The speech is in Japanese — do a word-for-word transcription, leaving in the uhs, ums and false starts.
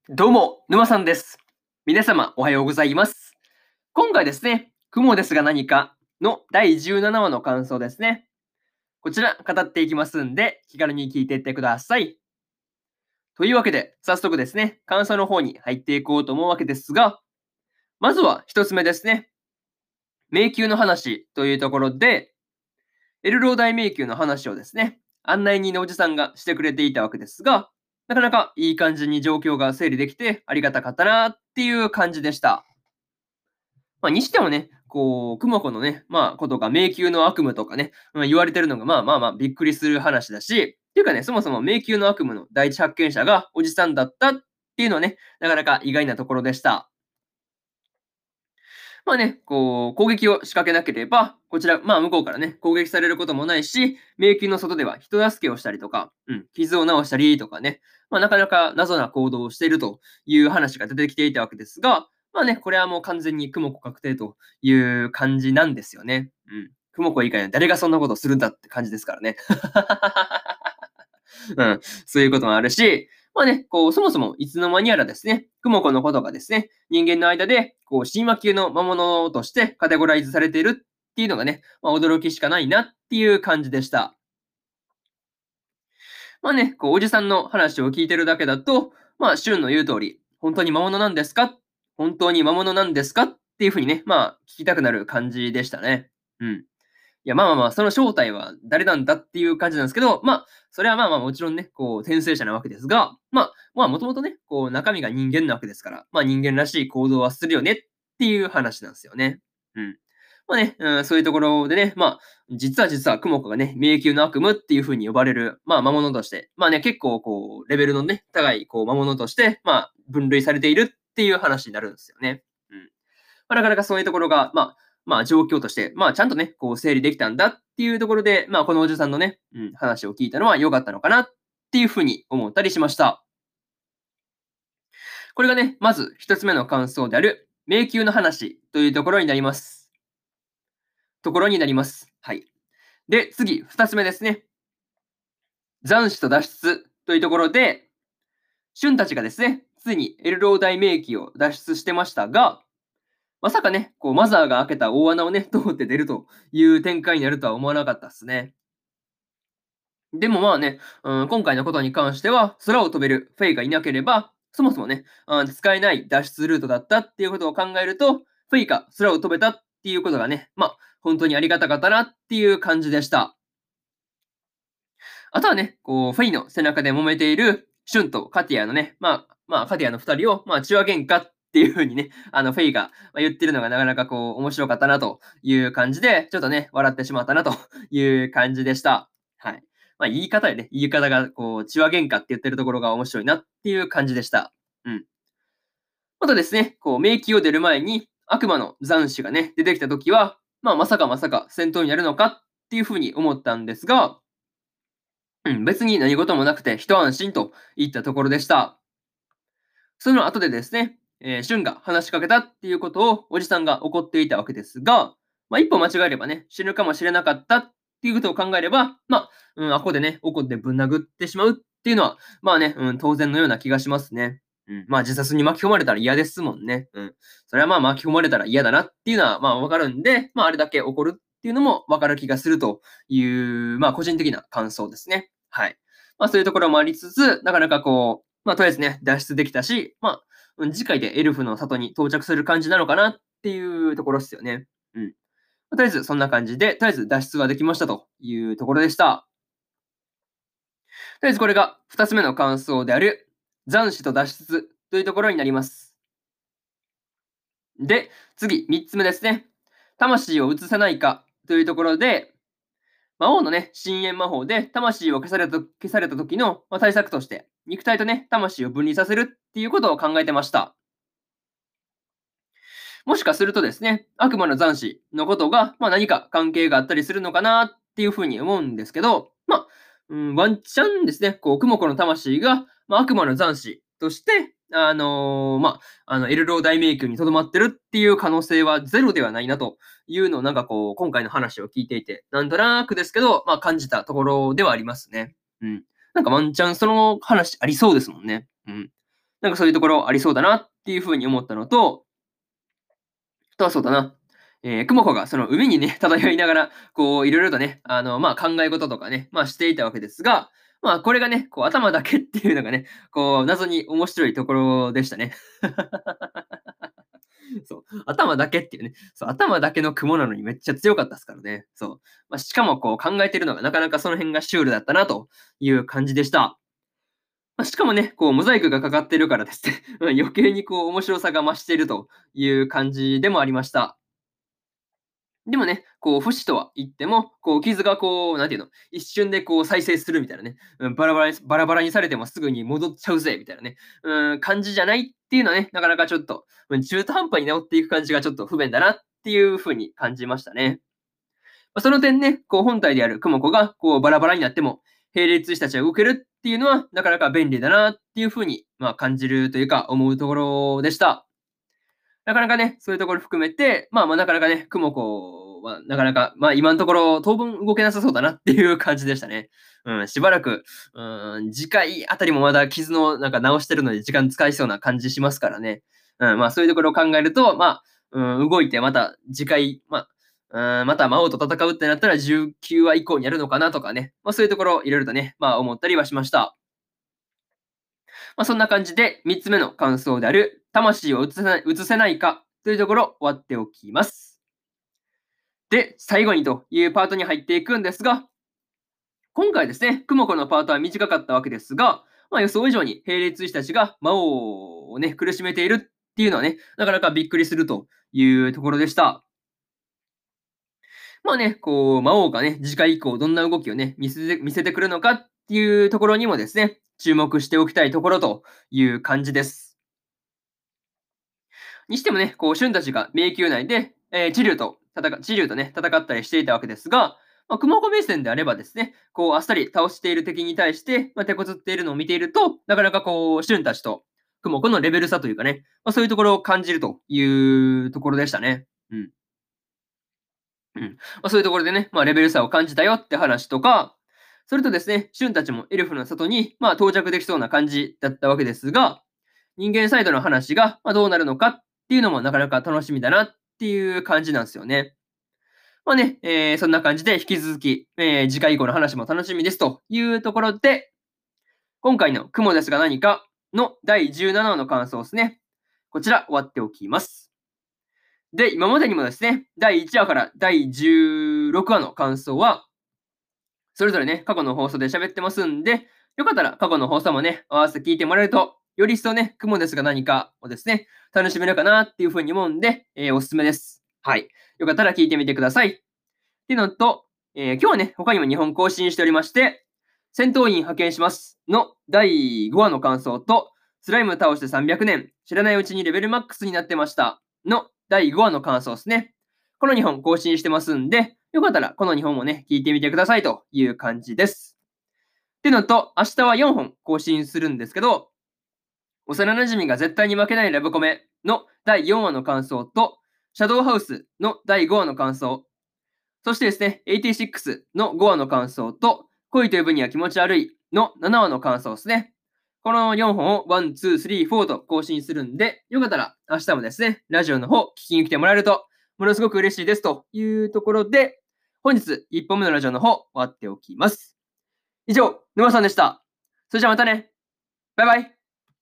どうも、沼さんです。皆様、おはようございます。今回ですね、雲ですが何かのだいじゅうななわの感想ですね。こちら、語っていきますんで、気軽に聞いていってください。というわけで、早速ですね、感想の方に入っていこうと思うわけですが、まずは一つ目ですね。迷宮の話というところで、エルロー大迷宮の話をですね、案内人のおじさんがしてくれていたわけですが、なかなかいい感じに状況が整理できてありがたかったなっていう感じでした。まあ、にしてもね、こう、熊子のね、まあ、ことが迷宮の悪夢とかね、まあ、言われてるのが、まあまあまあ、びっくりする話だし、っていうかね、そもそも迷宮の悪夢の第一発見者がおじさんだったっていうのはね、なかなか意外なところでした。まあね、こう、攻撃を仕掛けなければ、こちら、まあ向こうからね、攻撃されることもないし、迷宮の外では人助けをしたりとか、うん、傷を治したりとかね、まあなかなか謎な行動をしているという話が出てきていたわけですが、まあね、これはもう完全に雲子確定という感じなんですよね。うん。雲子以外の誰がそんなことをするんだって感じですからね。うん、そういうこともあるし、まあね、こう、そもそもいつの間にやらですね、クモコのことがですね、人間の間で、こう、神話級の魔物としてカテゴライズされているっていうのがね、まあ、驚きしかないなっていう感じでした。まあね、こう、おじさんの話を聞いてるだけだと、まあ、シュンの言う通り、本当に魔物なんですか本当に魔物なんですかっていうふうにね、まあ、聞きたくなる感じでしたね。うん。いや、まあまあまあ、その正体は誰なんだっていう感じなんですけど、まあ、それはまあまあもちろんね、こう、転生者なわけですが、まあ、まあもともとね、こう、中身が人間なわけですから、まあ人間らしい行動はするよねっていう話なんですよね。うん。まあね、うん、そういうところでね、まあ、実は実はクモコがね、迷宮の悪夢っていう風に呼ばれる、まあ魔物として、まあね、結構こう、レベルのね、高いこう魔物として、まあ、分類されているっていう話になるんですよね。うん。まあ、なかなかそういうところが、まあ、まあ、状況として、まあ、ちゃんとね、こう整理できたんだっていうところで、まあ、このおじさんのね、うん、話を聞いたのは良かったのかなっていうふうに思ったりしました。これがね、まず一つ目の感想である、迷宮の話というところになります。ところになります。はい。で、次、二つ目ですね。残死と脱出というところで、シュンたちがですね、ついにエルロー大迷宮を脱出してましたが、まさかね、こうマザーが開けた大穴をね、通って出るという展開になるとは思わなかったっすね。でもまあね、うん、今回のことに関しては、空を飛べるフェイがいなければ、そもそもね、あー使えない脱出ルートだったっていうことを考えると、フェイが空を飛べたっていうことがね、まあ、本当にありがたかったなっていう感じでした。あとはね、こう、フェイの背中で揉めているシュンとカティアのね、まあ、まあ、カティアの二人を、まあ、血は喧嘩っていう風にね、あの、フェイがまあ言ってるのがなかなかこう、面白かったなという感じで、ちょっとね、笑ってしまったなという感じでした。はい。まあ、言い方やね、言い方がこう、血は喧嘩って言ってるところが面白いなっていう感じでした。うん。またですね、こう、迷宮を出る前に、悪魔の残滓がね、出てきた時は、まあ、まさかまさか戦闘になるのかっていう風に思ったんですが、うん、別に何事もなくて一安心といったところでした。その後でですね、えー、シュンが話しかけたっていうことをおじさんが怒っていたわけですが、まあ、一歩間違えればね、死ぬかもしれなかったっていうことを考えれば、まあ、うん、あこでね、怒ってぶん殴ってしまうっていうのは、まあね、うん、当然のような気がしますね。うん、まあ自殺に巻き込まれたら嫌ですもんね。うん。それはまあ巻き込まれたら嫌だなっていうのはまあわかるんで、まああれだけ怒るっていうのもわかる気がするという、まあ個人的な感想ですね。はい。まあそういうところもありつつ、なかなかこう、まあとりあえずね、脱出できたし、まあ、うん、次回でエルフの里に到着する感じなのかなっていうところですよね。うん。まあとりあえずそんな感じで、とりあえず脱出はできましたというところでした。とりあえずこれがふたつめの感想である、残死と脱出というところになります。で、次、みっつめですね。魂を移さないかというところで、魔王のね、深淵魔法で魂を消された消された時の、まあ、対策として、肉体とね、魂を分離させるっていうことを考えてました。もしかするとですね、悪魔の残死のことが、まあ、何か関係があったりするのかなっていうふうに思うんですけど、まあ、うん、ワンチャンですね、こう、クモコの魂が、まあ、悪魔の残死として、あのーまあ、あの、エルロー大迷宮に留まってるっていう可能性はゼロではないなというのをなんかこう、今回の話を聞いていて、なんとなくですけど、まあ、感じたところではありますね。うん。なんかワンチャンその話ありそうですもんね。うん。 なんかそういうところありそうだなっていう風に思ったのと、あとはそうだな、ええ、クモコがその海にね、漂いながら、こういろいろとね、あの、まあ、考え事とかね、まあ、していたわけですが、まあ、これがね、こう頭だけっていうのがね、こう謎に面白いところでしたね。そう、頭だけっていうね、そう、頭だけの雲なのにめっちゃ強かったですからね。そう。まあ、しかもこう考えてるのがなかなかその辺がシュールだったなという感じでした。まあ、しかもね、こうモザイクがかかってるからですね、うん、余計にこう面白さが増しているという感じでもありました。でもね、こう不死とは言っても、こう傷がこう、なんていうの、一瞬でこう再生するみたいなね、うん、バラバラにバラバラにされてもすぐに戻っちゃうぜみたいなね、うん、感じじゃないっていうのはね、なかなかちょっと、うん、中途半端に治っていく感じがちょっと不便だなっていう風に感じましたね。ま、その点ね、こう本体であるクモコがこうバラバラになっても、並列したちは動けるっていうのは、なかなか便利だなっていう風に、まあ、感じるというか、思うところでした。なかなかね、そういうところ含めて、まあ、ま、なかなかね、クモコはなかなか、ま、今んところ当分動けなさそうだなっていう感じでしたね。うん、しばらく、うーん、次回あたりもまだ傷のなんか治してるのに時間使いそうな感じしますからね。うん、ま、そういうところを考えると、まあ、うん、動いてまた次回、ま、うーん、また魔王と戦うってなったらじゅうきゅうわ以降にやるのかなとかね、ま、そういうところ色々とね、まあ、思ったりはしました。まあ、そんな感じでみっつめの感想である、魂を移せない移せないかというところ終わっておきます。で、最後にというパートに入っていくんですが、今回ですね、クモコのパートは短かったわけですが、まあ、予想以上に並列士たちが魔王をね、苦しめているっていうのはね、なかなかびっくりするというところでした。まあね、こう、魔王がね、次回以降どんな動きをね、見せて見せてくるのかっていうところにもですね、注目しておきたいところという感じです。にしてもね、こう、シュンたちが迷宮内で、えー、チリュウと戦チリュウとね、戦ったりしていたわけですが、まあ、クモコ目線であればですね、こう、あっさり倒している敵に対して、まあ、手こずっているのを見ていると、なかなかこう、シュンたちとクモコのレベル差というかね、まあ、そういうところを感じるというところでしたね。うん。うん。まあ、そういうところでね、まあ、レベル差を感じたよって話とか、それとですね、シュンたちもエルフの里に、まあ、到着できそうな感じだったわけですが、人間サイドの話が、まあ、どうなるのかっていうのもなかなか楽しみだなっていう感じなんですよね。まあね、えーそんな感じで引き続き、えー次回以降の話も楽しみですというところで、今回の雲ですが何かのだいじゅうななわの感想ですね。こちら終わっておきます。で、今までにもですね、だいいちわからだいじゅうろくわの感想は、それぞれね、過去の放送で喋ってますんで、よかったら過去の放送もね、合わせて聞いてもらえると、より一層ね、雲ですが何かをですね、楽しめるかなっていうふうに思うんで、えーおすすめです。はい。よかったら聞いてみてください。っていうのと、えー今日はね、他にもにほん更新しておりまして、戦闘員派遣しますのだいごわの感想と、スライム倒してさんびゃくねん、知らないうちにレベルマックスになってましたのだいごわの感想ですね。このにほん更新してますんで、よかったらこのにほんもね、聞いてみてくださいという感じです。っていうのと、明日はよんほん更新するんですけど、幼馴染が絶対に負けないラブコメのだいよんわの感想と、シャドウハウスのだいごわの感想、そしてですね、はちじゅうろくのごわの感想と、恋という分には気持ち悪いのななわの感想ですね。このよんほんをいち、に、さん、よんと更新するんで、よかったら明日もですね、ラジオの方聞きに来てもらえると、ものすごく嬉しいですというところで、本日いっぽんめのラジオの方終わっておきます。以上、沼さんでした。それじゃあまたね。バイバイ。